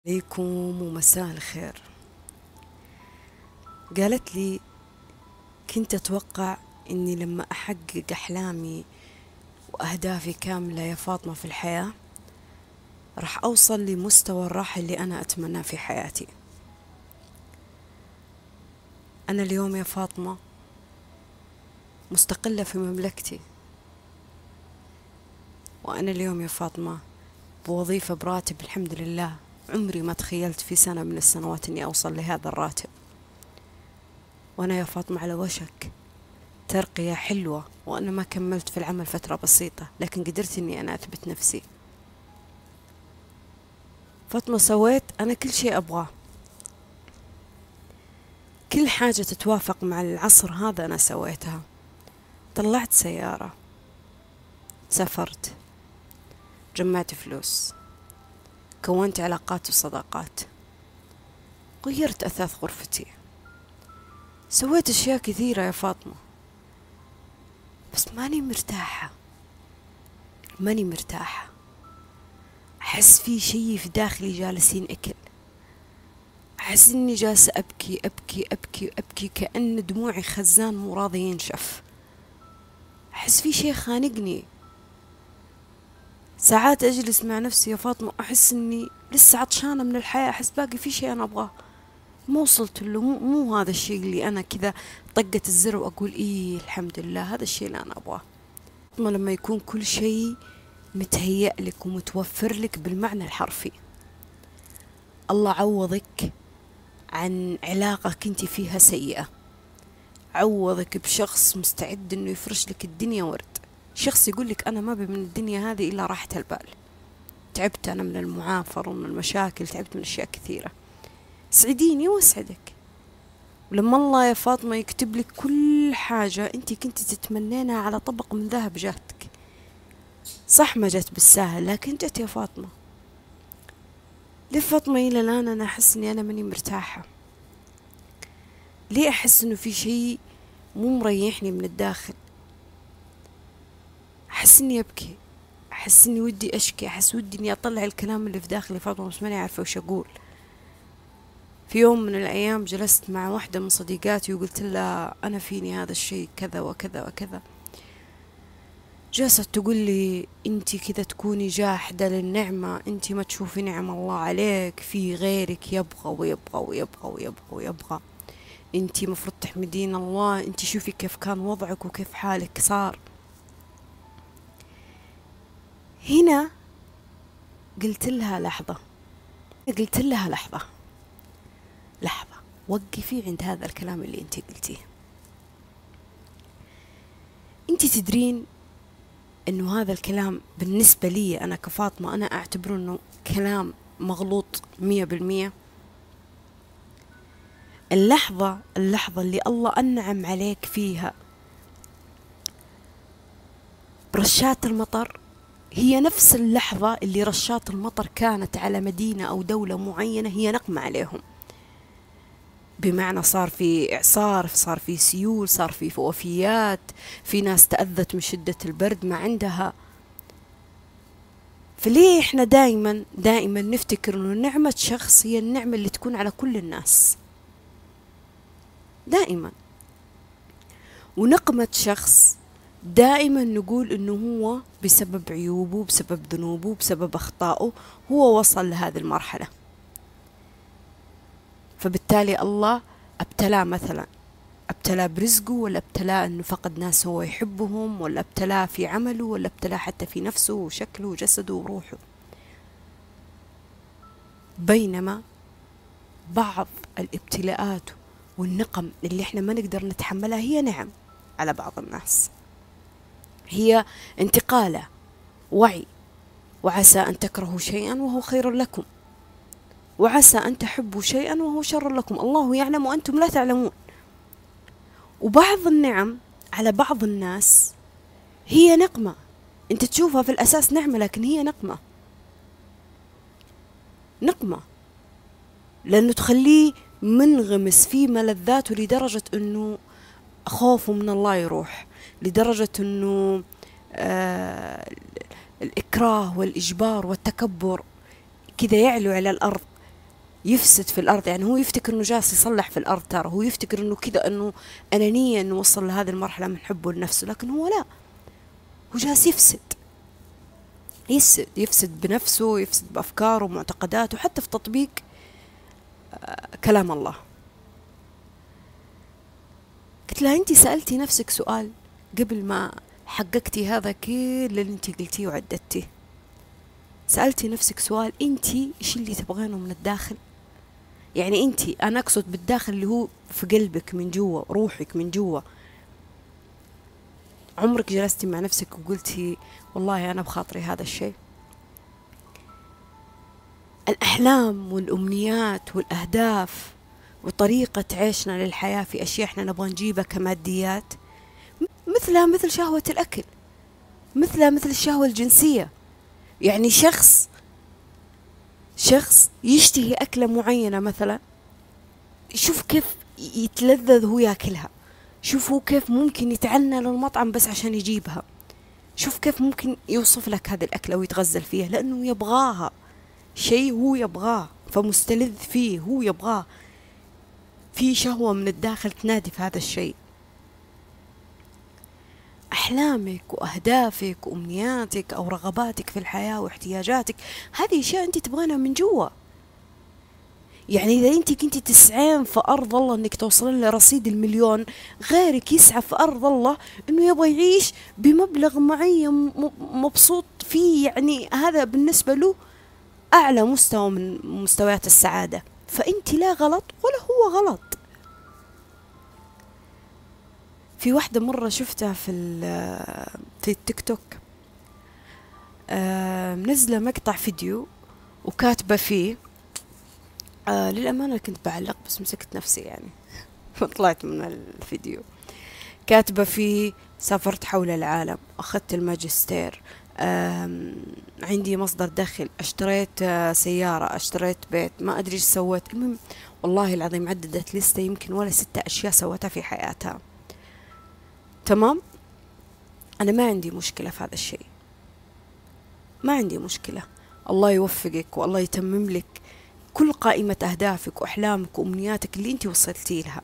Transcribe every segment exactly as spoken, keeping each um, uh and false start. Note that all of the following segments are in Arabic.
عليكم ومساء الخير. قالت لي: كنت أتوقع أني لما أحقق أحلامي وأهدافي كاملة يا فاطمة في الحياة راح أوصل لمستوى الراحة اللي أنا أتمناه في حياتي. أنا اليوم يا فاطمة مستقلة في مملكتي، وأنا اليوم يا فاطمة بوظيفة براتب الحمد لله. عمري ما تخيلت في سنة من السنوات أني أوصل لهذا الراتب، وأنا يا فاطمة على وشك ترقية حلوة، وأنا ما كملت في العمل فترة بسيطة لكن قدرت أني أنا أثبت نفسي. فاطمة سويت أنا كل شيء أبغاه، كل حاجة تتوافق مع العصر هذا أنا سويتها. طلعت سيارة، سافرت، جمعت فلوس، كونت علاقات وصداقات، غيرت أثاث غرفتي، سويت أشياء كثيرة يا فاطمة، بس ماني مرتاحة. ماني مرتاحة، أحس في شيء في داخلي جالسين أكل. أحس إني جالسة أبكي أبكي أبكي أبكي كأن دموعي خزان مو راضي ينشف. أحس في شيء خانقني. ساعات أجلس مع نفسي يا فاطمة أحس إني لسه عطشانة من الحياة، أحس باقي في شيء أنا أبغاه ما وصلت له. مو, مو هذا الشيء اللي أنا كذا طقة الزر وأقول إيه الحمد لله هذا الشيء اللي أنا أبغاه. لما يكون كل شيء متهيأ لك ومتوفر لك بالمعنى الحرفي، الله عوضك عن علاقة كنتي فيها سيئة، عوضك بشخص مستعد إنه يفرش لك الدنيا ورد، شخص يقول لك أنا ما بي من الدنيا هذه إلا راحة البال. تعبت أنا من المعافرة ومن المشاكل، تعبت من أشياء كثيرة، سعديني واسعدك. ولما الله يا فاطمة يكتب لك كل حاجة أنت كنت تتمنينها على طبق من ذهب جاتك، صح ما جت بالساهل لكن جت يا فاطمة. ليه فاطمة إلى الآن أنا أحس إني أنا ماني مرتاحة؟ ليه أحس إنه في شيء مو مريحني من الداخل؟ أحس إني أبكي، أحس إني ودي أشكي، أحس ودي إني أطلع الكلام اللي في داخلي فاطمة بس ماني عارفة وش أقول. في يوم من الأيام جلست مع واحدة من صديقاتي وقلت لها أنا فيني هذا الشيء كذا وكذا وكذا. جلست تقول لي أنت كذا تكوني جاحدة للنعمة، أنت ما تشوفي نعم الله عليك، في غيرك يبغى ويبغى ويبغى ويبغى ويبغى، أنت مفروض تحمدين الله، أنت شوفي كيف كان وضعك وكيف حالك صار. هنا قلت لها لحظة، قلت لها لحظة لحظة وقفي عند هذا الكلام اللي أنت قلتيه. أنت تدرين أنه هذا الكلام بالنسبة لي أنا كفاطمة أنا أعتبره أنه كلام مغلوط مية بالمية. اللحظة اللحظة اللي الله أنعم عليك فيها برشات المطر هي نفس اللحظة اللي رشات المطر كانت على مدينة أو دولة معينة هي نقمة عليهم، بمعنى صار في إعصار، صار في سيول، صار في وفيات، في ناس تأذت من شدة البرد ما عندها. فليه إحنا دائما دائما نفتكر إنه نعمة شخص هي النعمة اللي تكون على كل الناس دائما، ونقمة شخص دائما نقول إنه هو بسبب عيوبه بسبب ذنوبه بسبب أخطائه هو وصل لهذه المرحلة. فبالتالي الله ابتلاه، مثلا ابتلاه برزقه، ولا ابتلاه انه فقد ناس هو يحبهم، ولا ابتلاه في عمله، ولا ابتلاه حتى في نفسه وشكله وجسده وروحه. بينما بعض الابتلاءات والنقم اللي احنا ما نقدر نتحملها هي نعم على بعض الناس، هي انتقالة وعي. وعسى أن تكرهوا شيئا وهو خير لكم، وعسى أن تحبوا شيئا وهو شر لكم، الله يعلم وأنتم لا تعلمون. وبعض النعم على بعض الناس هي نقمة، انت تشوفها في الأساس نعمة لكن هي نقمة. نقمة لأنه تخليه منغمس في ملذاته لدرجة أنه خوفه من الله يروح، لدرجة أنه آه الإكراه والإجبار والتكبر كذا يعلو على الأرض، يفسد في الأرض. يعني هو يفتكر إنه جالس يصلح في الأرض، ترى هو يفتكر إنه كذا، إنه أنانية إنه وصل لهذه المرحلة من حبه لنفسه، لكن هو لا، هو جالس يفسد يفسد يفسد بنفسه، يفسد بأفكاره ومعتقداته، حتى في تطبيق كلام الله. قلت لها أنت سألتي نفسك سؤال قبل ما حققتي هذا كل اللي أنت قلتيه وعددتيه؟ سألتي نفسك سؤال أنت إيش اللي تبغينه من الداخل؟ يعني أنت، أنا أقصد بالداخل اللي هو في قلبك من جوا، روحك من جوا. عمرك جلستي مع نفسك وقلتي والله أنا بخاطري هذا الشيء؟ الأحلام والأمنيات والأهداف وطريقة عيشنا للحياة في أشياء إحنا نبغى نجيبها كماديات، مثلها مثل شهوة الأكل، مثلها مثل الشهوة الجنسية. يعني شخص شخص يشتهي أكلة معينة مثلا، شوف كيف يتلذذ هو ياكلها، شوف هو كيف ممكن يتعنى للمطعم بس عشان يجيبها، شوف كيف ممكن يوصف لك هذه الأكلة ويتغزل فيها لأنه يبغاها، شيء هو يبغاه فمستلذ فيه، هو يبغاه، في شهوة من الداخل تنادي في هذا الشيء. أحلامك وأهدافك وأمنياتك أو رغباتك في الحياة واحتياجاتك، هذه أشياء أنت تبغينها من جوا. يعني إذا أنت كنت تسعين في أرض الله أنك توصلين لرصيد المليون، غيرك يسعى في أرض الله أنه يبغى يعيش بمبلغ معين مبسوط فيه، يعني هذا بالنسبة له أعلى مستوى من مستويات السعادة. فأنت لا غلط ولا هو غلط. في واحدة مرة شفتها في في التيك توك، منزلة مقطع فيديو وكاتبة فيه، آه للأمانة كنت بعلق بس مسكت نفسي يعني فطلعت من الفيديو. كاتبة فيه سافرت حول العالم، أخذت الماجستير، عندي مصدر دخل، اشتريت سيارة، اشتريت بيت، ما أدري ايش سويت. المهم والله العظيم عددت لستة يمكن ولا ستة أشياء سوتها في حياتها. تمام، أنا ما عندي مشكلة في هذا الشيء، ما عندي مشكلة، الله يوفقك والله يتمم لك كل قائمة أهدافك وأحلامك وأمنياتك اللي أنت وصلتي لها.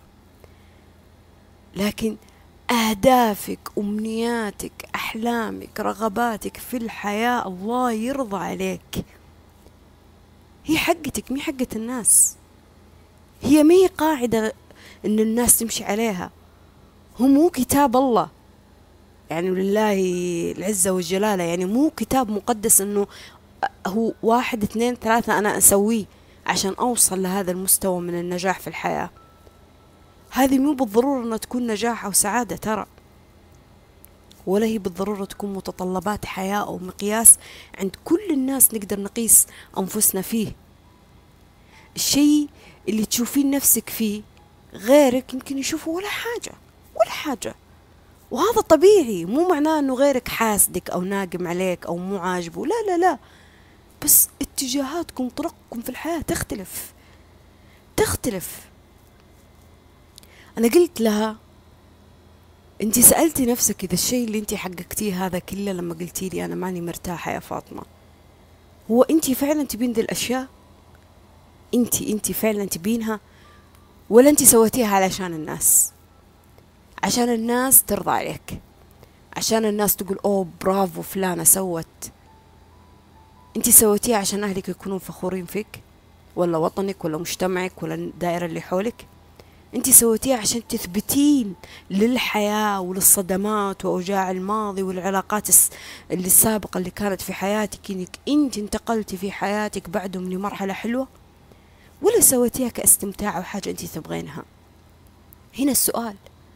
لكن أهدافك، أمنياتك، أحلامك، رغباتك في الحياة الله يرضى عليك، هي حقتك مي حقة الناس. هي مي قاعدة إن الناس تمشي عليها، هو مو كتاب الله يعني لله العزة والجلالة، يعني مو كتاب مقدس إنه هو واحد اثنين ثلاثة أنا أسويه عشان أوصل لهذا المستوى من النجاح في الحياة. هذه مو بالضرورة أنها تكون نجاح أو سعادة ترى، ولا هي بالضرورة تكون متطلبات حياة أو مقياس عند كل الناس نقدر نقيس أنفسنا فيه. الشيء اللي تشوفين نفسك فيه غيرك يمكن يشوفه ولا حاجة ولا حاجة، وهذا طبيعي، مو معناه أنه غيرك حاسدك أو ناقم عليك أو مو عاجبه، لا لا لا، بس اتجاهاتكم طرقكم في الحياة تختلف تختلف. أنا قلت لها أنتي سألتي نفسك إذا الشيء اللي أنتي حققتيه هذا كله لما قلتي لي أنا ماني مرتاحة يا فاطمة، هو أنتي فعلا تبين ذي الأشياء؟ أنتي أنتي فعلا تبينها، ولا أنتي سويتيها علشان الناس، عشان الناس ترضى عليك، عشان الناس تقول أوه برافو فلانة سوت؟ أنتي سويتيها عشان أهلك يكونون فخورين فيك، ولا وطنك، ولا مجتمعك، ولا الدائرة اللي حولك؟ انتي سويتيها عشان تثبتين للحياة وللصدمات وأوجاع الماضي والعلاقات اللي السابقة اللي كانت في حياتك انك انت انتقلتي في حياتك بعدهم لمرحلة حلوة، ولا سويتيها كاستمتاع وحاجة انتي تبغينها؟ هنا السؤال.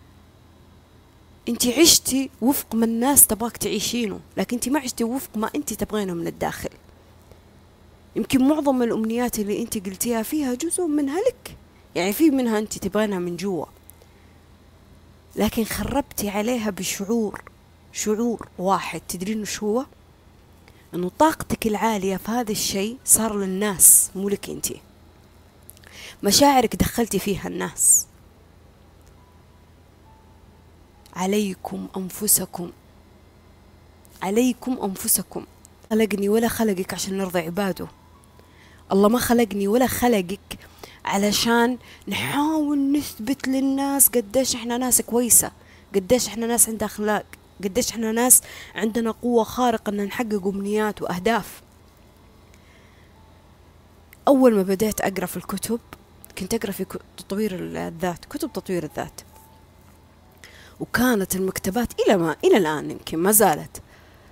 انتي عشتي وفق ما الناس تبغاك تعيشينه، لكن انتي ما عشتي وفق ما انتي تبغينه من الداخل. يمكن معظم الأمنيات اللي انتي قلتيها فيها جزء منها لك، يعني في منها انت تبغينها من جوا، لكن خربتي عليها بشعور، شعور واحد تدرين شو هو؟ انه طاقتك العالية في هذا الشيء صار للناس مو لك انت، مشاعرك دخلتي فيها الناس. عليكم أنفسكم، عليكم أنفسكم، خلقني ولا خلقك عشان نرضي عباده. الله ما خلقني ولا خلقك علشان نحاول نثبت للناس قديش احنا ناس كويسة، قديش احنا ناس عندها اخلاق، قديش احنا ناس عندنا قوة خارقة ان نحقق امنيات واهداف. اول ما بديت اقرا في الكتب كنت اقرا في تطوير الذات، كتب تطوير الذات، وكانت المكتبات الى ما الى الان يمكن ما زالت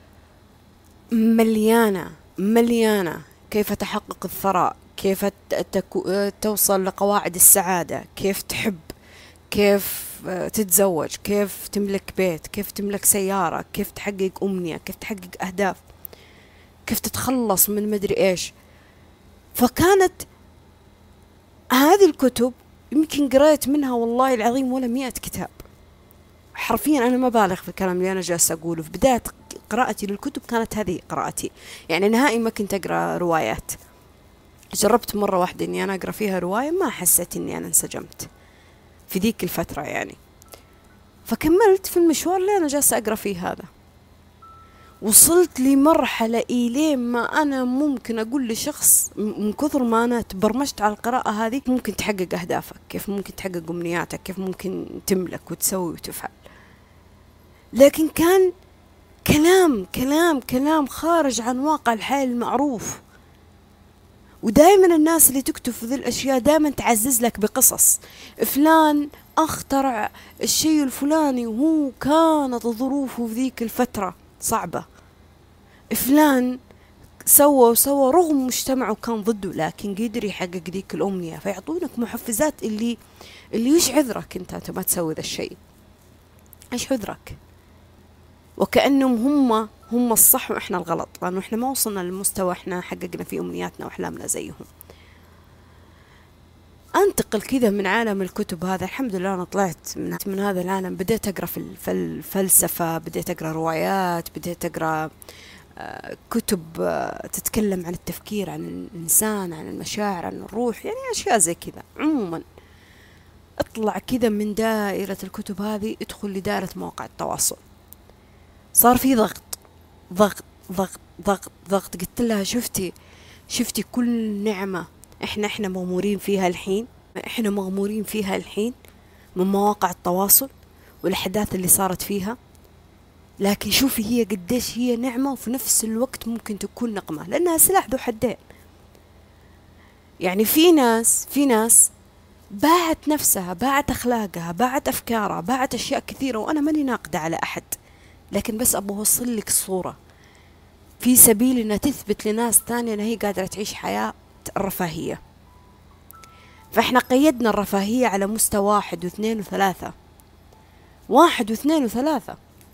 مليانة مليانة كيف تحقق الثراء، كيف توصل لقواعد السعادة، كيف تحب، كيف تتزوج، كيف تملك بيت، كيف تملك سيارة، كيف تحقق أمنية، كيف تحقق أهداف، كيف تتخلص من مدري إيش. فكانت هذه الكتب يمكن قرأت منها والله العظيم ولا مئة كتاب، حرفيا أنا ما بالغ في الكلام اللي أنا جالسة أقوله. في بداية قراءتي للكتب كانت هذه قراءتي، يعني نهائي ما كنت أقرأ روايات. جربت مرة واحدة إني أنا أقرأ فيها رواية، ما حسيت إني أنا انسجمت في ذيك الفترة يعني، فكملت في المشوار اللي أنا جالسة أقرأ فيه هذا. وصلت لمرحلة إلين ما أنا ممكن أقول لشخص من كثر ما أنا تبرمجت على القراءة هذه ممكن تحقق أهدافك، كيف ممكن تحقق أمنياتك، كيف ممكن تملك وتسوي وتفعل. لكن كان كلام كلام كلام خارج عن واقع الحياة المعروف. ودائما الناس اللي تكتب في ذي الأشياء دائما تعزز لك بقصص، فلان اخترع الشيء الفلاني وهو كانت ظروفه في ذيك الفترة صعبة، فلان سوى وسوى رغم مجتمعه كان ضده لكن قدر يحقق ذيك الأمنية. فيعطونك محفزات اللي اللي ايش عذرك انت انت ما تسوي ذا الشيء، ايش عذرك؟ وكأنهم هم هم الصح وإحنا الغلط، لأنه إحنا ما وصلنا للمستوى إحنا حققنا فيه أمنياتنا وأحلامنا زيهم. أنتقل كذا من عالم الكتب هذا، الحمد لله أنا طلعت من, من هذا العالم، بديت أقرأ في الفلسفة، بديت أقرأ روايات، بديت أقرأ آه كتب آه تتكلم عن التفكير، عن الإنسان، عن المشاعر، عن الروح، يعني أشياء زي كذا. عموما اطلع كذا من دائرة الكتب هذه، ادخل لدائرة مواقع التواصل. صار في ضغط ضغط ضغط ضغط ضغط قلت لها شفتي شفتي كل نعمة احنا احنا مغمورين فيها الحين، احنا مغمورين فيها الحين من مواقع التواصل والأحداث اللي صارت فيها، لكن شوفي هي قديش هي نعمة وفي نفس الوقت ممكن تكون نقمة، لأنها سلاح ذو حدين. يعني في ناس في ناس باعت نفسها، باعت أخلاقها، باعت أفكارها، باعت أشياء كثيرة، وأنا ماني ناقدة على أحد، لكن بس أبغى أوصل لك الصورة في سبيل أنها تثبت لناس ثانية أنها هي قادرة تعيش حياة الرفاهية. فإحنا قيدنا الرفاهية على مستوى واحد واثنين وثلاثة، واحد واثنين وثلاثة.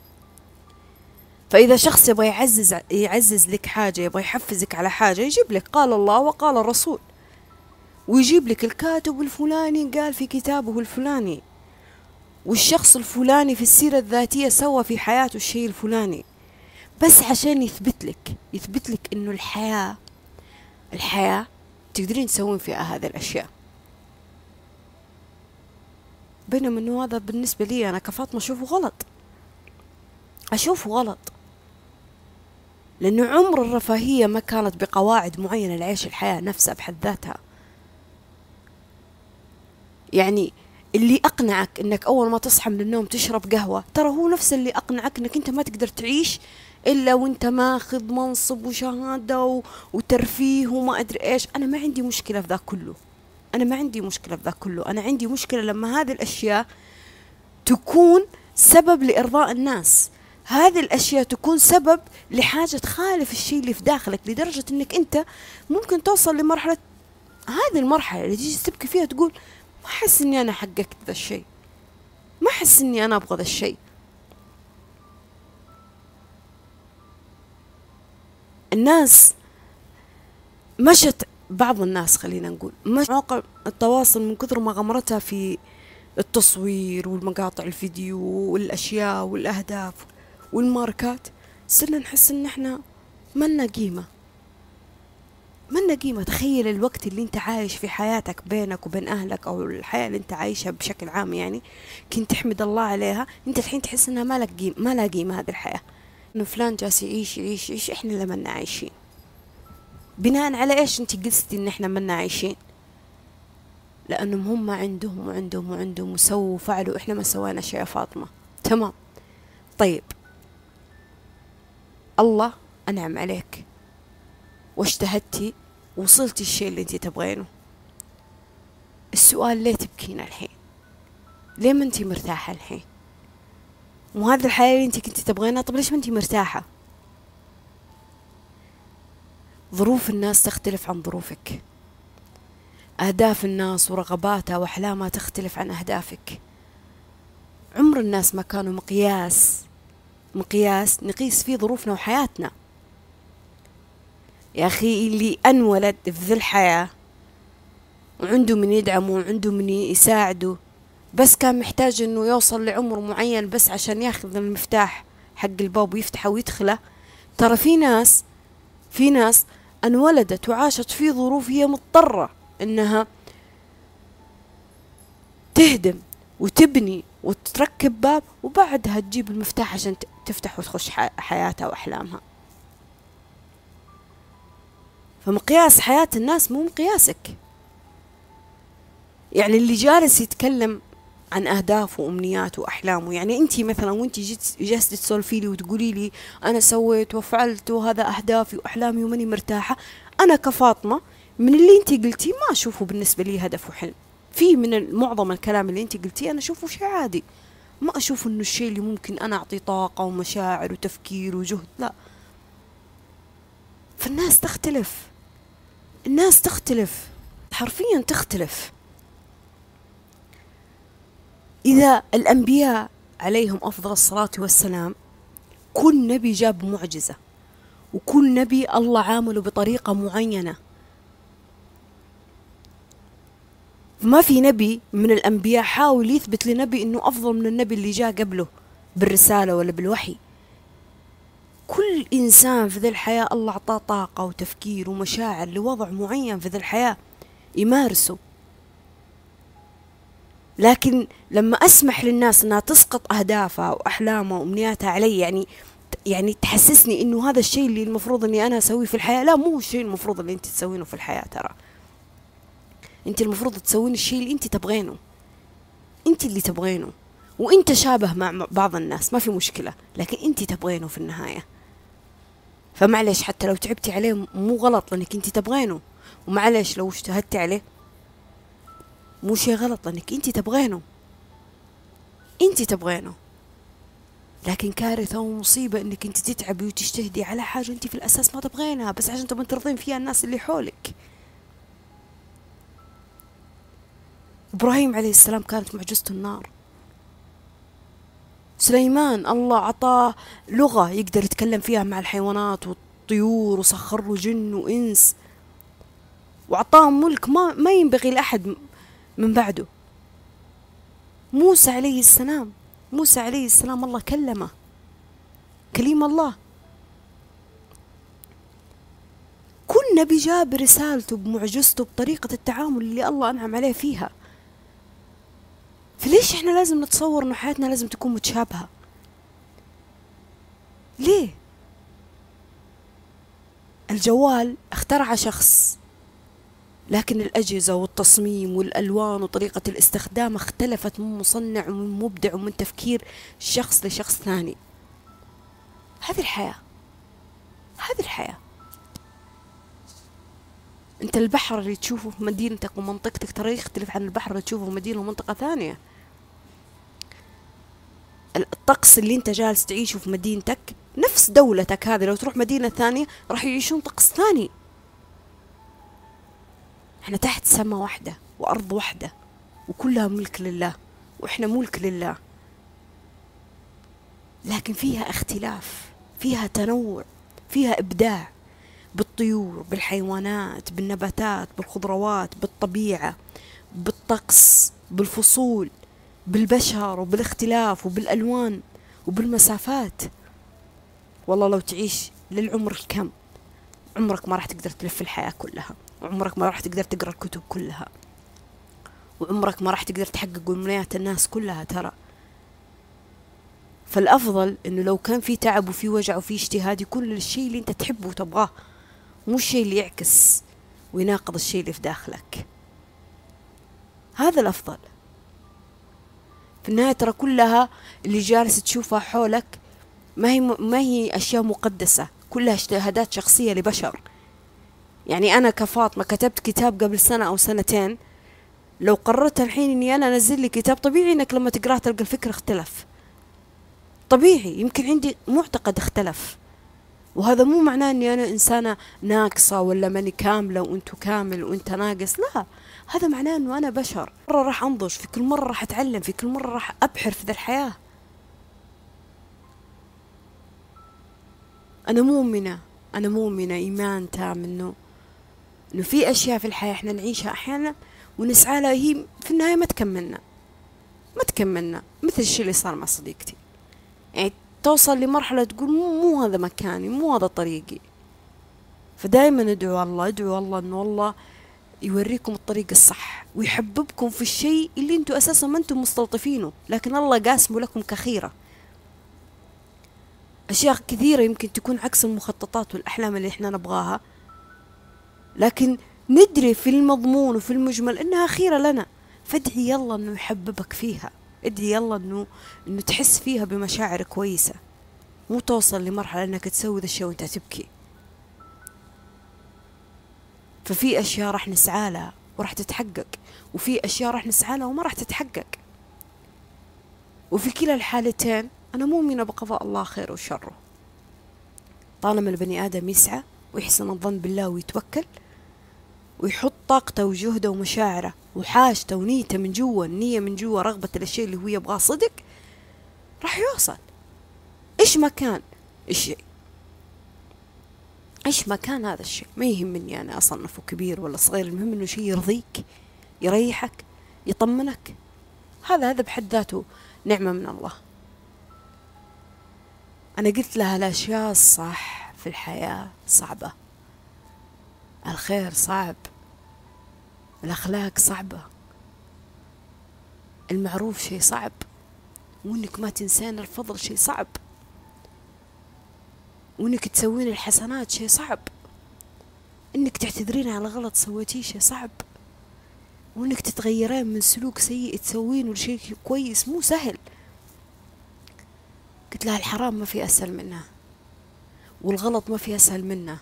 فإذا شخص يبغى يعزز يعزز لك حاجة، يبغى يحفزك على حاجة، يجيب لك قال الله وقال الرسول، ويجيب لك الكاتب الفلاني قال في كتابه الفلاني، والشخص الفلاني في السيرة الذاتية سوى في حياته الشيء الفلاني، بس عشان يثبت لك يثبت لك إنه الحياة الحياة تقدرين تسوين فيها هذه الأشياء. بينما إنه هذا بالنسبة لي أنا كفاطمة أشوفه غلط، أشوفه غلط، لأنه عمر الرفاهية ما كانت بقواعد معينة لعيش الحياة نفسها بحد ذاتها. يعني اللي أقنعك إنك أول ما تصحى من النوم تشرب قهوة، ترى هو نفس اللي أقنعك إنك أنت ما تقدر تعيش إلا وأنت ماخذ منصب وشهادة وترفيه وما أدري إيش. أنا ما عندي مشكلة في ذا كله، أنا ما عندي مشكلة في ذا كله، أنا عندي مشكلة لما هذه الأشياء تكون سبب لإرضاء الناس، هذه الأشياء تكون سبب لحاجة تخالف الشيء اللي في داخلك، لدرجة إنك أنت ممكن توصل لمرحلة، هذه المرحلة اللي تيجي تبكي فيها تقول ما أحس إني أنا حققت ذا الشيء، ما أحس إني أنا أبغى ذا الشيء. الناس مشت، بعض الناس خلينا نقول مش مواقع التواصل من كثر ما غمرتها في التصوير والمقاطع الفيديو والأشياء والأهداف والماركات، صرنا نحس إن إحنا منا قيمة، منا قيمة. تخيل الوقت اللي انت عايش في حياتك بينك وبين أهلك، أو الحياة اللي انت عايشها بشكل عام، يعني كنت تحمد الله عليها، انت الحين تحس انها ما لك قيمة، ما لها قيمة هذه الحياة، انه فلان جالس يعيش يعيش يعيش، احنا اللي منا عايشين. بناء على ايش انت قلتي ان احنا منا عايشين؟ لانهم هم عندهم وعندهم وعندهم وسووا وفعلوا، احنا ما سوينا شيء يا فاطمة. تمام. طيب الله انعم عليك واجتهدتي وصلتي الشيء اللي انت تبغينه. السؤال ليه تبكين الحين؟ ليه ما انت مرتاحة الحين؟ مو هذه الحياة اللي انت كنتي تبغينها؟ طب ليش ما انت مرتاحة؟ ظروف الناس تختلف عن ظروفك، أهداف الناس ورغباتها وأحلامها تختلف عن أهدافك. عمر الناس ما كانوا مقياس مقياس نقيس فيه ظروفنا وحياتنا. يا أخي اللي أنولد في ذي الحياة وعنده من يدعمه وعنده من يساعده، بس كان محتاج انه يوصل لعمر معين بس عشان ياخذ المفتاح حق الباب ويفتحه ويدخله. ترى في ناس في ناس انولدت وعاشت في ظروف هي مضطرة انها تهدم وتبني وتركب باب وبعدها تجيب المفتاح عشان تفتح وتخش حياتها وأحلامها. فمقياس حياة الناس مو مقياسك. يعني اللي جالس يتكلم عن أهدافه وأمنياته وأحلامه، يعني أنتي مثلا وأنتي جيت جالسة تسولفي لي وتقولي لي أنا سويت وفعلت وهذا أهدافي وأحلامي وماني مرتاحة، أنا كفاطمة من اللي أنتي قلتيه ما أشوفه بالنسبة لي هدف وحلم. في من معظم الكلام اللي أنتي قلتيه أنا أشوفه شيء عادي، ما أشوف إنه الشيء اللي ممكن أنا أعطي طاقة ومشاعر وتفكير وجهد، لا. فالناس تختلف، الناس تختلف حرفيا تختلف. إذا الأنبياء عليهم أفضل الصلاة والسلام كل نبي جاب معجزة، وكل نبي الله عامله بطريقة معينة. ما في نبي من الأنبياء حاول يثبت لنبي إنه أفضل من النبي اللي جاء قبله بالرسالة ولا بالوحي. كل إنسان في ذي الحياة الله أعطاه طاقة وتفكير ومشاعر لوضع معين في ذي الحياة يمارسه. لكن لما أسمح للناس أنها تسقط أهدافها وأحلامها وأمنياتها علي، يعني يعني تحسسني إنه هذا الشيء اللي المفروض إني أنا أسويه في الحياة، لا مو الشيء المفروض اللي أنت تسوينه في الحياة. ترى أنت المفروض تسوين الشيء اللي أنت تبغينه، أنت اللي تبغينه، وأنت شابه مع بعض الناس ما في مشكلة، لكن أنت تبغينه في النهاية. فمعلش حتى لو تعبتي عليه مو غلط لأنك أنت تبغينه، ومعلش لو اجتهدتي عليه مو شيء غلط لأنك أنت تبغينه، أنت تبغينه. لكن كارثة ومصيبة إنك أنت تتعبي وتجتهدي على حاجة أنت في الأساس ما تبغينها بس عشان تبغين ترضين فيها الناس اللي حولك. إبراهيم عليه السلام كانت معجزته النار. سليمان الله عطاه لغة يقدر يتكلم فيها مع الحيوانات والطيور، وسخر له جن وإنس، وعطاه ملك ما ما ينبغي لأحد من بعده. موسى عليه السلام موسى عليه السلام الله كلمه، كليم الله. كل نبي جاب رسالته بمعجزته بطريقة التعامل اللي الله أنعم عليه فيها. فليش إحنا لازم نتصور إنه حياتنا لازم تكون متشابهة؟ ليه؟ الجوال اخترع شخص، لكن الأجهزة والتصميم والألوان وطريقة الاستخدام اختلفت من مصنع ومن مبدع ومن تفكير شخص لشخص ثاني. هذه الحياة، هذه الحياة. انت البحر اللي تشوفه في مدينتك ومنطقتك ترى يختلف عن البحر اللي تشوفه في مدينة ومنطقة ثانية. الطقس اللي انت جالس تعيشه في مدينتك نفس دولتك هذه لو تروح مدينة ثانية راح يعيشون طقس ثاني. احنا تحت سماء واحدة وأرض واحدة وكلها ملك لله، واحنا ملك لله، لكن فيها اختلاف، فيها تنوع، فيها إبداع، بالطيور، بالحيوانات، بالنباتات، بالخضروات، بالطبيعة، بالطقس، بالفصول، بالبشر وبالاختلاف وبالألوان وبالمسافات. والله لو تعيش للعمر الكم عمرك ما راح تقدر تلف الحياة كلها، وعمرك ما راح تقدر تقرأ الكتب كلها، وعمرك ما راح تقدر تحقق أمنيات الناس كلها. ترى فالأفضل إنه لو كان في تعب وفي وجع وفي اجتهاد يكون للشيء اللي أنت تحبه وتبغاه، مو الشيء اللي يعكس ويناقض الشيء اللي في داخلك. هذا الأفضل. في النهاية ترى كلها اللي جالس تشوفها حولك ما هي ما هي أشياء مقدسة، كلها اجتهادات شخصية لبشر. يعني أنا كفاطمة كتبت كتاب قبل سنة أو سنتين، لو قررت الحين إني أنا أنزل لي كتاب، طبيعي إنك لما تقرأ تلقى الفكر اختلف، طبيعي، يمكن عندي معتقد اختلف، وهذا مو معناه إني أنا إنسانة ناقصة ولا ماني كاملة وأنتو كامل وأنت ناقص، لا، هذا معناه إنه أنا بشر، مرة راح أنضج، في كل مرة راح أتعلم، في كل مرة راح أبحر في ذا الحياة. أنا مؤمنة أنا مؤمنة إيمان تام إنه إنه في أشياء في الحياة إحنا نعيشها أحيانا ونسعى لها، هي في النهاية ما تكملنا ما تكملنا مثل الشيء اللي صار مع صديقتي. يعني توصل لمرحلة تقول مو, مو هذا مكاني، مو هذا طريقي. فدائما ادعوا الله ادعوا الله إنه الله يوريكم الطريق الصح ويحببكم في الشيء اللي انتم أساسا ما انتم مستلطفينه، لكن الله قاسمه لكم كخيرة. أشياء كثيرة يمكن تكون عكس المخططات والأحلام اللي احنا نبغاها، لكن ندري في المضمون وفي المجمل إنها خيرة لنا، فادعي يلا إنه يحببك فيها، ادعي يلا إنه إنه تحس فيها بمشاعر كويسة، مو توصل لمرحلة إنك تسوي ذا الشيء وأنت تبكي. ففي أشياء راح نسعى لها وراح تتحقق، وفي أشياء راح نسعى لها وما راح تتحقق، وفي كلا الحالتين أنا مؤمنة بقضاء الله خير وشره. طالما البني آدم يسعى ويحسن الظن بالله ويتوكل ويحط طاقته وجهده ومشاعره وحاجته ونيته من جوا، النية من جوا، رغبة الشيء اللي هو يبغاه صدق، راح يوصل. إيش ما كان الشيء، إيش ما كان هذا الشيء، ما يهمني أنا أصنفه كبير ولا صغير، المهم إنه شيء يرضيك، يريحك، يطمنك. هذا هذا بحد ذاته نعمة من الله. أنا قلت لها الأشياء الصح في الحياة صعبة، الخير صعب، الأخلاق صعبة، المعروف شيء صعب، وإنك ما تنسين الفضل شيء صعب، وإنك تسوين الحسنات شيء صعب، إنك تعتذرين على غلط سويتيه شيء صعب، وإنك تتغيرين من سلوك سيء تسوين لشيء كويس مو سهل. قلت لها الحرام ما في أسهل منه، والغلط ما في أسهل منه،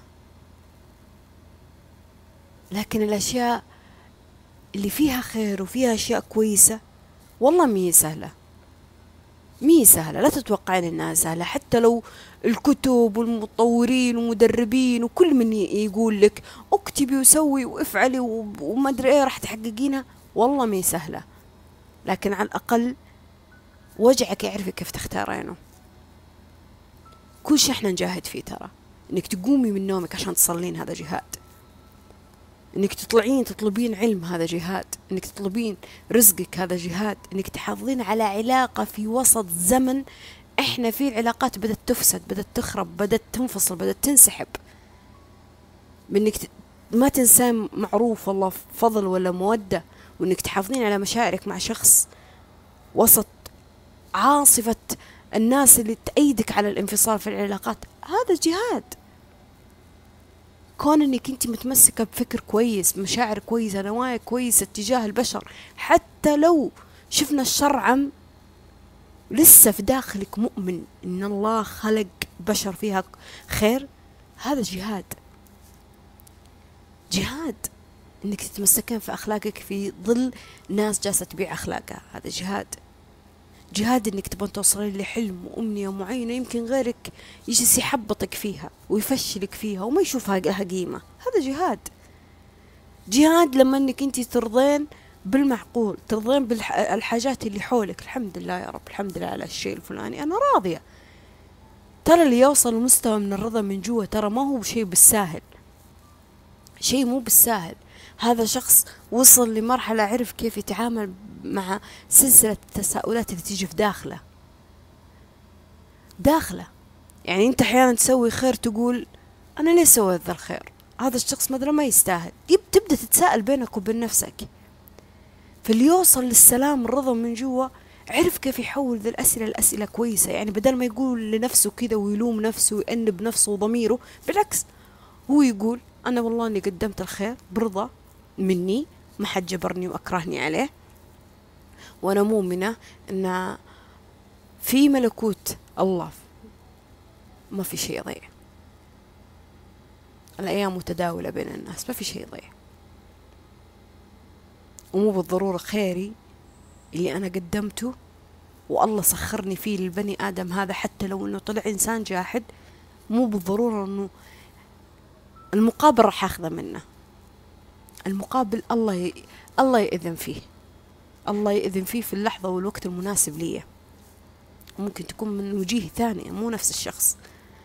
لكن الأشياء اللي فيها خير وفيها أشياء كويسة والله مي سهلة، مي سهلة، لا تتوقعين إنها سهلة. حتى لو الكتب والمطورين والمدربين وكل من يقول لك اكتبي وسوي وافعلي وما أدري إيه راح تحققينها، والله مي سهلة، لكن على الأقل وجعك يعرفي كيف تختارينه. كل شيء احنا نجاهد فيه، ترى انك تقومي من نومك عشان تصلين هذا جهاد، انك تطلعين تطلبين علم هذا جهاد، انك تطلبين رزقك هذا جهاد، انك تحافظين على علاقة في وسط زمن احنا فيه العلاقات بدأت تفسد، بدأت تخرب، بدأت تنفصل، بدأت تنسحب، بانك ما تنسين معروف والله فضل ولا مودة، وانك تحافظين على مشاعرك مع شخص وسط عاصفة الناس اللي تأيدك على الانفصال في العلاقات، هذا جهاد. كون انك انت متمسكة بفكر كويس، مشاعر كويسة، نوايا كويسة تجاه البشر، حتى لو شفنا الشر عم، لسه في داخلك مؤمن ان الله خلق بشر فيها خير، هذا جهاد. جهاد انك تتمسكين في اخلاقك في ظل ناس جالسة تبيع اخلاقها، هذا جهاد. جهاد انك تبون توصلين لحلم وامنية معينة يمكن غيرك يجلس يحبطك فيها ويفشلك فيها وما يشوفها لها قيمة، هذا جهاد. جهاد لما انك انت ترضين بالمعقول، ترضين بالحاجات اللي حولك، الحمد لله يا رب، الحمد لله على الشيء الفلاني انا راضية. ترى اللي يوصل لمستوى من الرضا من جوا ترى ما هو شيء بالساهل، شيء مو بالساهل. هذا شخص وصل لمرحلة عرف كيف يتعامل مع سلسلة التساؤلات اللي تيجي في داخله داخله يعني انت احيانا تسوي خير تقول انا ليه سويت ذا الخير، هذا الشخص مثلا ما يستاهل، تبدأ تتساءل بينك وبين نفسك. فاللي يوصل للسلام الرضا من جوا عرف كيف يحول ذي الأسئلة الأسئلة كويسة، يعني بدل ما يقول لنفسه كذا ويلوم نفسه ويأنب نفسه وضميره، بالعكس هو يقول أنا والله إني قدمت الخير برضا مني، ما حد جبرني وأكرهني عليه. وأنا مؤمنة أن في ملكوت الله ما في شيء يضيع. الأيام متداولة بين الناس، ما في شيء يضيع، ومو بالضرورة خيري اللي أنا قدمته والله سخرني فيه للبني آدم هذا، حتى لو أنه طلع إنسان جاحد، مو بالضرورة أنه المقابل راح أخذه منه. المقابل الله ي... الله يأذن فيه، الله يأذن فيه في اللحظة والوقت المناسب لي. ممكن تكون من وجيه ثانية، مو نفس الشخص.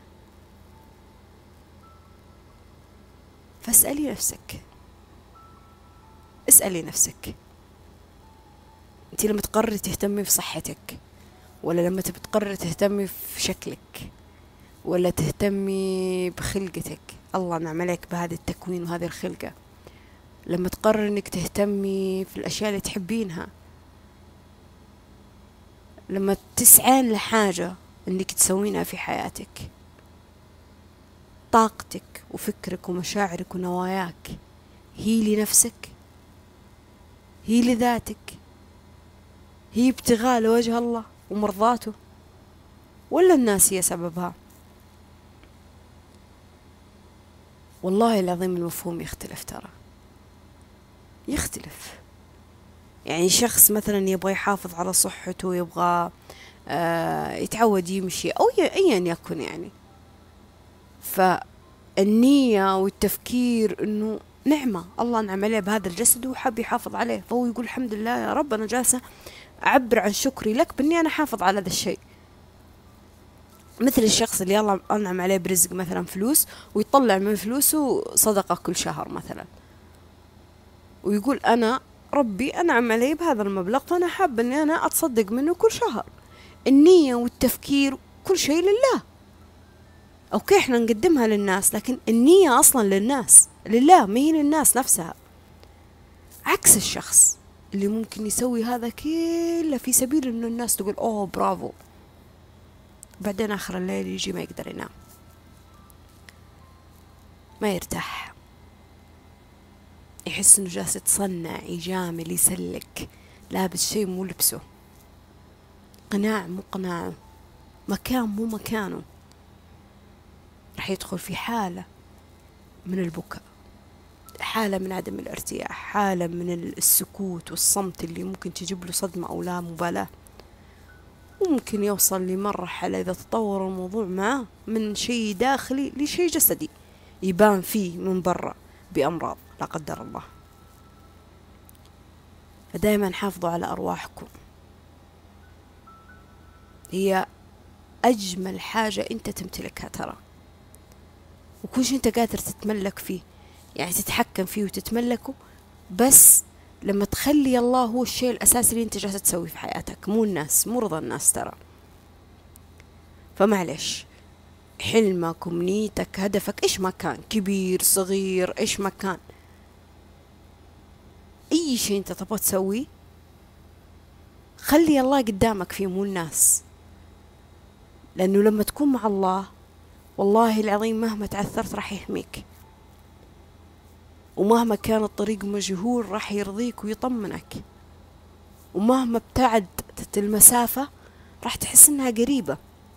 فاسألي نفسك، اسألي نفسك، انت لما تقرري تهتمي في صحتك، ولا لما تبي تقرري تهتمي في شكلك، ولا تهتمي بخلقتك، الله نعم عليك بهذا التكوين وهذه الخلقة، لما تقرر انك تهتمي في الاشياء اللي تحبينها، لما تسعين لحاجة انك تسوينها في حياتك، طاقتك وفكرك ومشاعرك ونواياك هي لنفسك، هي لذاتك، هي ابتغاء لوجه الله ومرضاته، ولا الناس هي سببها؟ والله العظيم المفهوم يختلف، ترى يختلف. يعني شخص مثلا يبغى يحافظ على صحته، يبغى آه يتعود يمشي أو أيا يكن، يعني فالنية والتفكير إنه نعمة الله نعم عليه بهذا الجسد وحاب يحافظ عليه، فهو يقول الحمد لله يا رب أنا جالسة أعبر عن شكري لك بإني أنا حافظ على هذا الشيء. مثل الشخص اللي الله أنعم عليه برزق مثلا فلوس، ويطلع من فلوسه صدقة كل شهر مثلا، ويقول أنا ربي أنعم علي بهذا المبلغ فأنا حابة أني أنا أتصدق منه كل شهر. النية والتفكير كل شيء لله. أوكي إحنا نقدمها للناس، لكن النية أصلا للناس، لله، ما هي للناس نفسها. عكس الشخص اللي ممكن يسوي هذا كله في سبيل أنه الناس تقول أوه برافو، بعدين آخر الليل يجي ما يقدر ينام، ما يرتاح، يحس إنه جالس يتصنع، يجامل، يسلك، لابس شيء مو لبسه، قناع مو قناعه، مكان مو مكانه. راح يدخل في حالة من البكاء، حالة من عدم الارتياح، حالة من السكوت والصمت اللي ممكن تجيب له صدمة أو لا مبالاة. وممكن يوصل لمرحلة إذا تطور الموضوع معه من شيء داخلي لشيء جسدي يبان فيه من برا بأمراض لا قدر الله. فدائما حافظوا على أرواحكم، هي أجمل حاجة أنت تمتلكها ترى، وكل شيء أنت قادر تتملك فيه، يعني تتحكم فيه وتتملكه، بس لما تخلي الله هو الشيء الأساسي اللي أنت جالس تسويه في حياتك، مو الناس، مو رضا الناس ترى. فمعلش، حلمك ومنيتك هدفك إيش ما كان، كبير صغير إيش ما كان، أي شيء أنت تبغى تسويه خلي الله قدامك فيه، مو الناس. لأنه لما تكون مع الله والله العظيم مهما تعثرت راح يحميك، ومهما كان الطريق مجهول راح يرضيك ويطمنك، ومهما ابتعدت المسافة راح تحس إنها قريبة،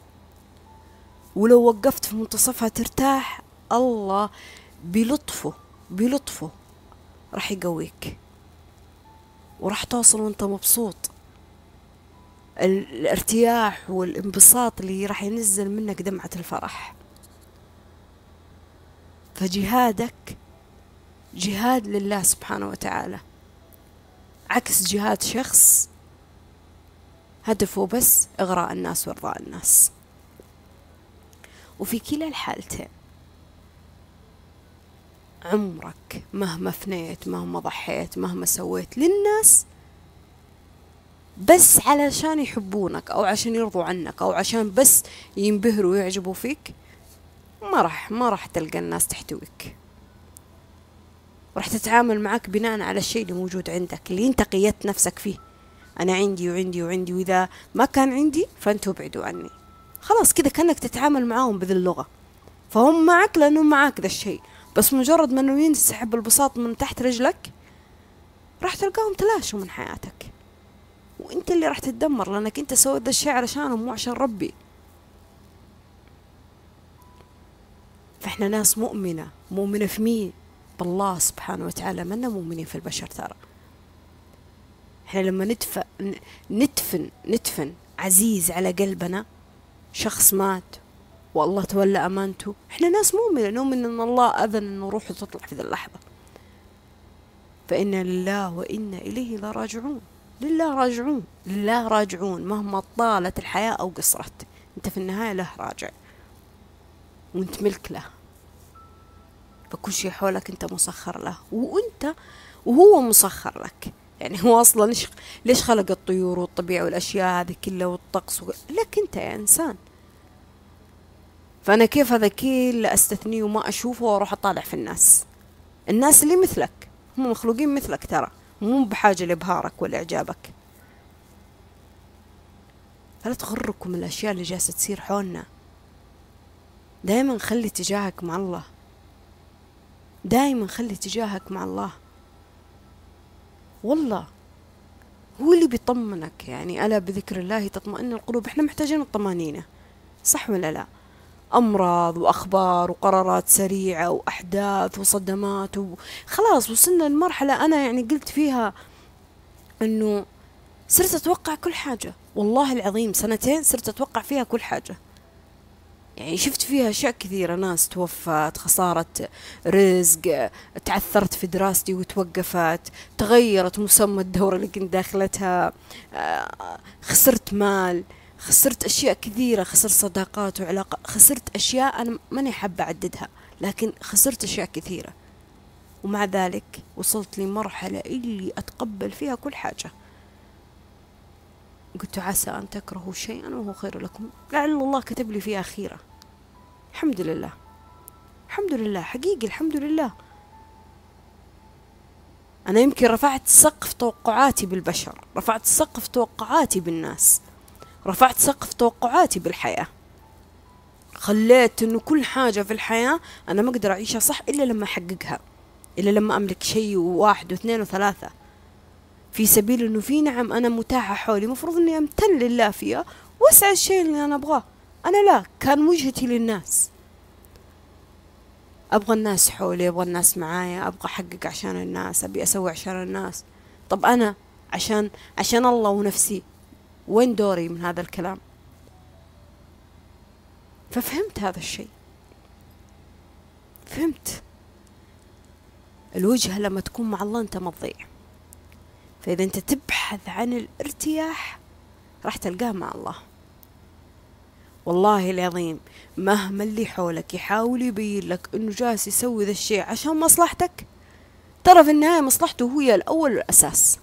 ولو وقفت في منتصفها ترتاح، الله بلطفه بلطفه راح يقويك، وراح توصل وانت مبسوط. الارتياح والانبساط اللي راح ينزل منك دمعة الفرح. فجهادك جهاد لله سبحانه وتعالى، عكس جهاد شخص هدفه بس إغراء الناس وإرضاء الناس. وفي كلا الحالتين عمرك مهما فنيت، مهما ضحيت، مهما سويت للناس بس علشان يحبونك أو عشان يرضوا عنك أو عشان بس ينبهروا ويعجبوا فيك، ما راح ما راح تلقى الناس تحتويك، وراح تتعامل معك بناء على الشيء اللي موجود عندك، اللي انت قيدت نفسك فيه. أنا عندي وعندي وعندي، وإذا ما كان عندي فأنتوا ابعدوا عني. خلاص كذا كأنك تتعامل معاهم بذي اللغة، فهم معك لأنهم معاك ذا الشيء، بس مجرد ما انه ينسحب البساط من تحت رجلك راح تلقاهم تلاشوا من حياتك، وانت اللي راح تتدمر، لانك انت سويت ذا الشيء علشانهم مو عشان ربي. فاحنا ناس مؤمنة مؤمنة في مين؟ بالله سبحانه وتعالى، منا مؤمنين في البشر ترى. احنا لما ندفن ندفن ندفن عزيز على قلبنا، شخص مات والله تولى امانته، احنا ناس مؤمنة نؤمن ان الله اذن انه روحه تطلع في ذي اللحظة. فإنا لله وإنا إليه لراجعون، لله راجعون، لله راجعون مهما طالت الحياة أو قصرت، أنت في النهاية له راجع، وأنت ملك له، فكل شيء حولك أنت مسخر له، وأنت وهو مسخر لك. يعني هو أصلا ليش ليش خلق الطيور والطبيعة والأشياء هذه كلها والطقس و... لك أنت يا إنسان. فأنا كيف هذا كل أستثنيه وما أشوفه وأروح أطالع في الناس؟ الناس اللي مثلك هم مخلوقين مثلك ترى، مو بحاجة لإبهارك ولا إعجابك. فلا تغركم الأشياء اللي جالسة تصير حولنا. دائما خلي اتجاهك مع الله، دائما خلي اتجاهك مع الله، والله هو اللي بيطمنك. يعني ألا بذكر الله تطمئن القلوب. احنا محتاجين الطمانينة، صح ولا لا؟ أمراض وأخبار وقرارات سريعة وأحداث وصدمات و... خلاص وصلنا لمرحلة أنا يعني قلت فيها أنه صرت أتوقع كل حاجة، والله العظيم سنتين صرت أتوقع فيها كل حاجة. يعني شفت فيها أشياء كثيرة، ناس توفت، خسارة رزق، تعثرت في دراستي وتوقفت، تغيرت مسمى الدورة اللي كنت داخلتها، خسرت مال، خسرت أشياء كثيرة، خسرت صداقات وعلاقة، خسرت أشياء أنا ماني حابة أعددها، لكن خسرت أشياء كثيرة. ومع ذلك وصلت لمرحلة اللي أتقبل فيها كل حاجة. قلت عسى أن تكرهوا شيئا وهو خير لكم لعل الله كتب لي فيها خيرة. الحمد لله، الحمد لله، حقيقي الحمد لله. أنا يمكن رفعت سقف توقعاتي بالبشر، رفعت سقف توقعاتي بالناس، رفعت سقف توقعاتي بالحياة. خليت إنه كل حاجة في الحياة أنا ما أقدر أعيشها صح إلا لما أحققها، إلا لما أملك شيء واحد واثنين وثلاثة، في سبيل إنه في نعم أنا متاحة حولي مفروض إني أمتن لله فيها وأسعى الشيء اللي أنا أبغاه. أنا لا، كان وجهتي للناس، أبغى الناس حولي، أبغى الناس معايا، أبغى أحقق عشان الناس، أبي أسوي عشان الناس. طب أنا عشان عشان الله ونفسي وين دوري من هذا الكلام؟ ففهمت هذا الشيء، فهمت الوجهة لما تكون مع الله أنت ما تضيع. فإذا أنت تبحث عن الارتياح راح تلقاه مع الله. والله العظيم مهما اللي حولك يحاول يبين لك انه جالس يسوي ذا الشيء عشان مصلحتك، ترى في النهاية مصلحته هي الأول والأساس،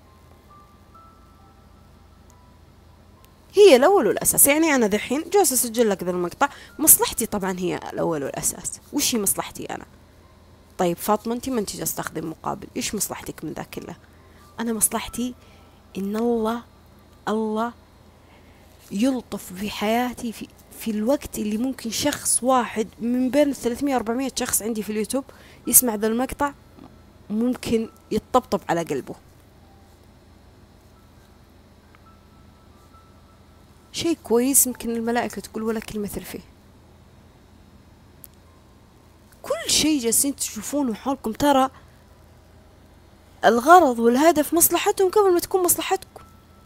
هي الأول والأساس. يعني أنا ذحين جالس أسجل لك ذا المقطع، مصلحتي طبعا هي الأول والأساس. وش هي مصلحتي أنا؟ طيب فاطمة أنت ما أنت جالس تاخذين مقابل، إيش مصلحتك من ذا كله؟ أنا مصلحتي إن الله الله يلطف بحياتي في في الوقت اللي ممكن شخص واحد من بين ثلاثمية أربعمية شخص عندي في اليوتيوب يسمع ذا المقطع ممكن يطبطب على قلبه. شيء كويس يمكن الملائكة تقول ولا كلمة فيه. كل شيء جالسين تشوفونه حولكم ترى الغرض والهدف مصلحتهم قبل ما تكون مصلحتكم.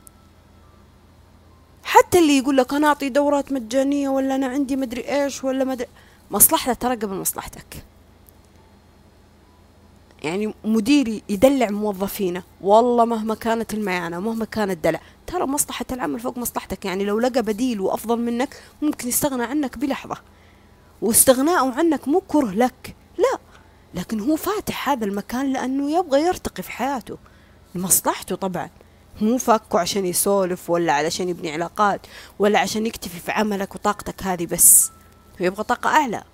حتى اللي يقول لك أنا أعطي دورات مجانية ولا أنا عندي مدري إيش ولا مدري، مصلحته ترى قبل مصلحتك. يعني مديري يدلع موظفينه والله مهما كانت المعاناة مهما كان الدلع، ترى مصلحة العمل فوق مصلحتك. يعني لو لقى بديل وأفضل منك ممكن يستغنى عنك بلحظة، واستغناءه عنك مو كره لك، لا، لكن هو فاتح هذا المكان لأنه يبغى يرتقي في حياته لمصلحته طبعا، مو فاكه عشان يسولف ولا علشان يبني علاقات ولا عشان يكتفي في عملك وطاقتك هذه بس، هو يبغى طاقة أعلى.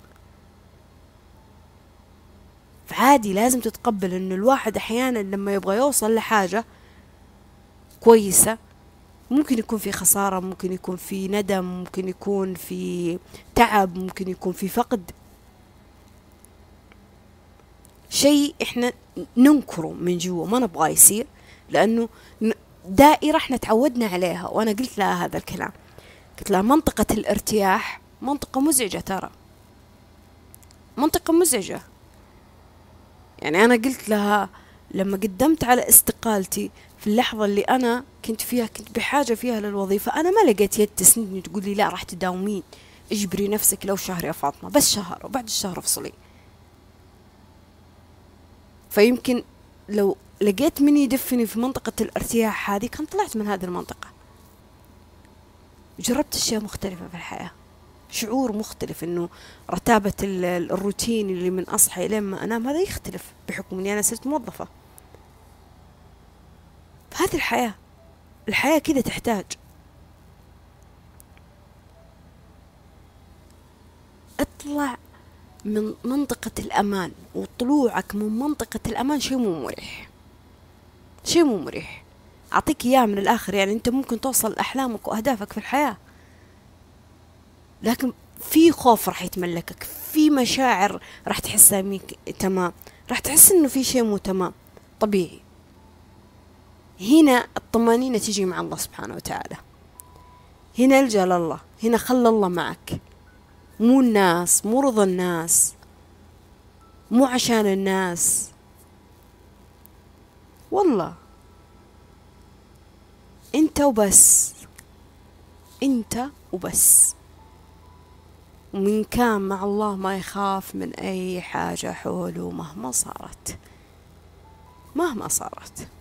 فعادي لازم تتقبل إنه الواحد أحيانا لما يبغى يوصل لحاجة كويسة ممكن يكون في خسارة، ممكن يكون في ندم، ممكن يكون في تعب، ممكن يكون في فقد. شيء إحنا ننكره من جوا ما نبغاه يصير، لأنه دائرة إحنا تعودنا عليها. وأنا قلت لها هذا الكلام، قلت لها منطقة الارتياح منطقة مزعجة، ترى منطقة مزعجة. يعني أنا قلت لها لما قدمت على استقالتي في اللحظة اللي أنا كنت فيها كنت بحاجة فيها للوظيفة، أنا ما لقيت يد تسندني تقول لي لا راح تداومين، اجبري نفسك لو شهر يا فاطمة، بس شهر وبعد الشهر افصلي. فيمكن لو لقيت من يدفني في منطقة الارتياح هذه كان طلعت من هذه المنطقة، جربت أشياء مختلفة في الحياة، شعور مختلف، إنه رتابة الروتين اللي من أصحى إلين ما أنام هذا يختلف بحكم إني أنا صرت موظفة. فهذه الحياة، الحياة كذا تحتاج اطلع من منطقة الأمان، وطلوعك من منطقة الأمان شيء مو مريح، شيء مو مريح. أعطيك إياه من الآخر، يعني أنت ممكن توصل أحلامك وأهدافك في الحياة، لكن في خوف راح يتملكك، في مشاعر راح تحسها ميك تمام، راح تحس إنه في شيء مو تمام، طبيعي. هنا الطمأنينة تيجي مع الله سبحانه وتعالى، هنا الجأ لله، هنا خلى الله معك، مو الناس، مو رضا الناس، مو عشان الناس، والله انت وبس، انت وبس. ومن كان مع الله ما يخاف من اي حاجة حوله مهما صارت، مهما صارت.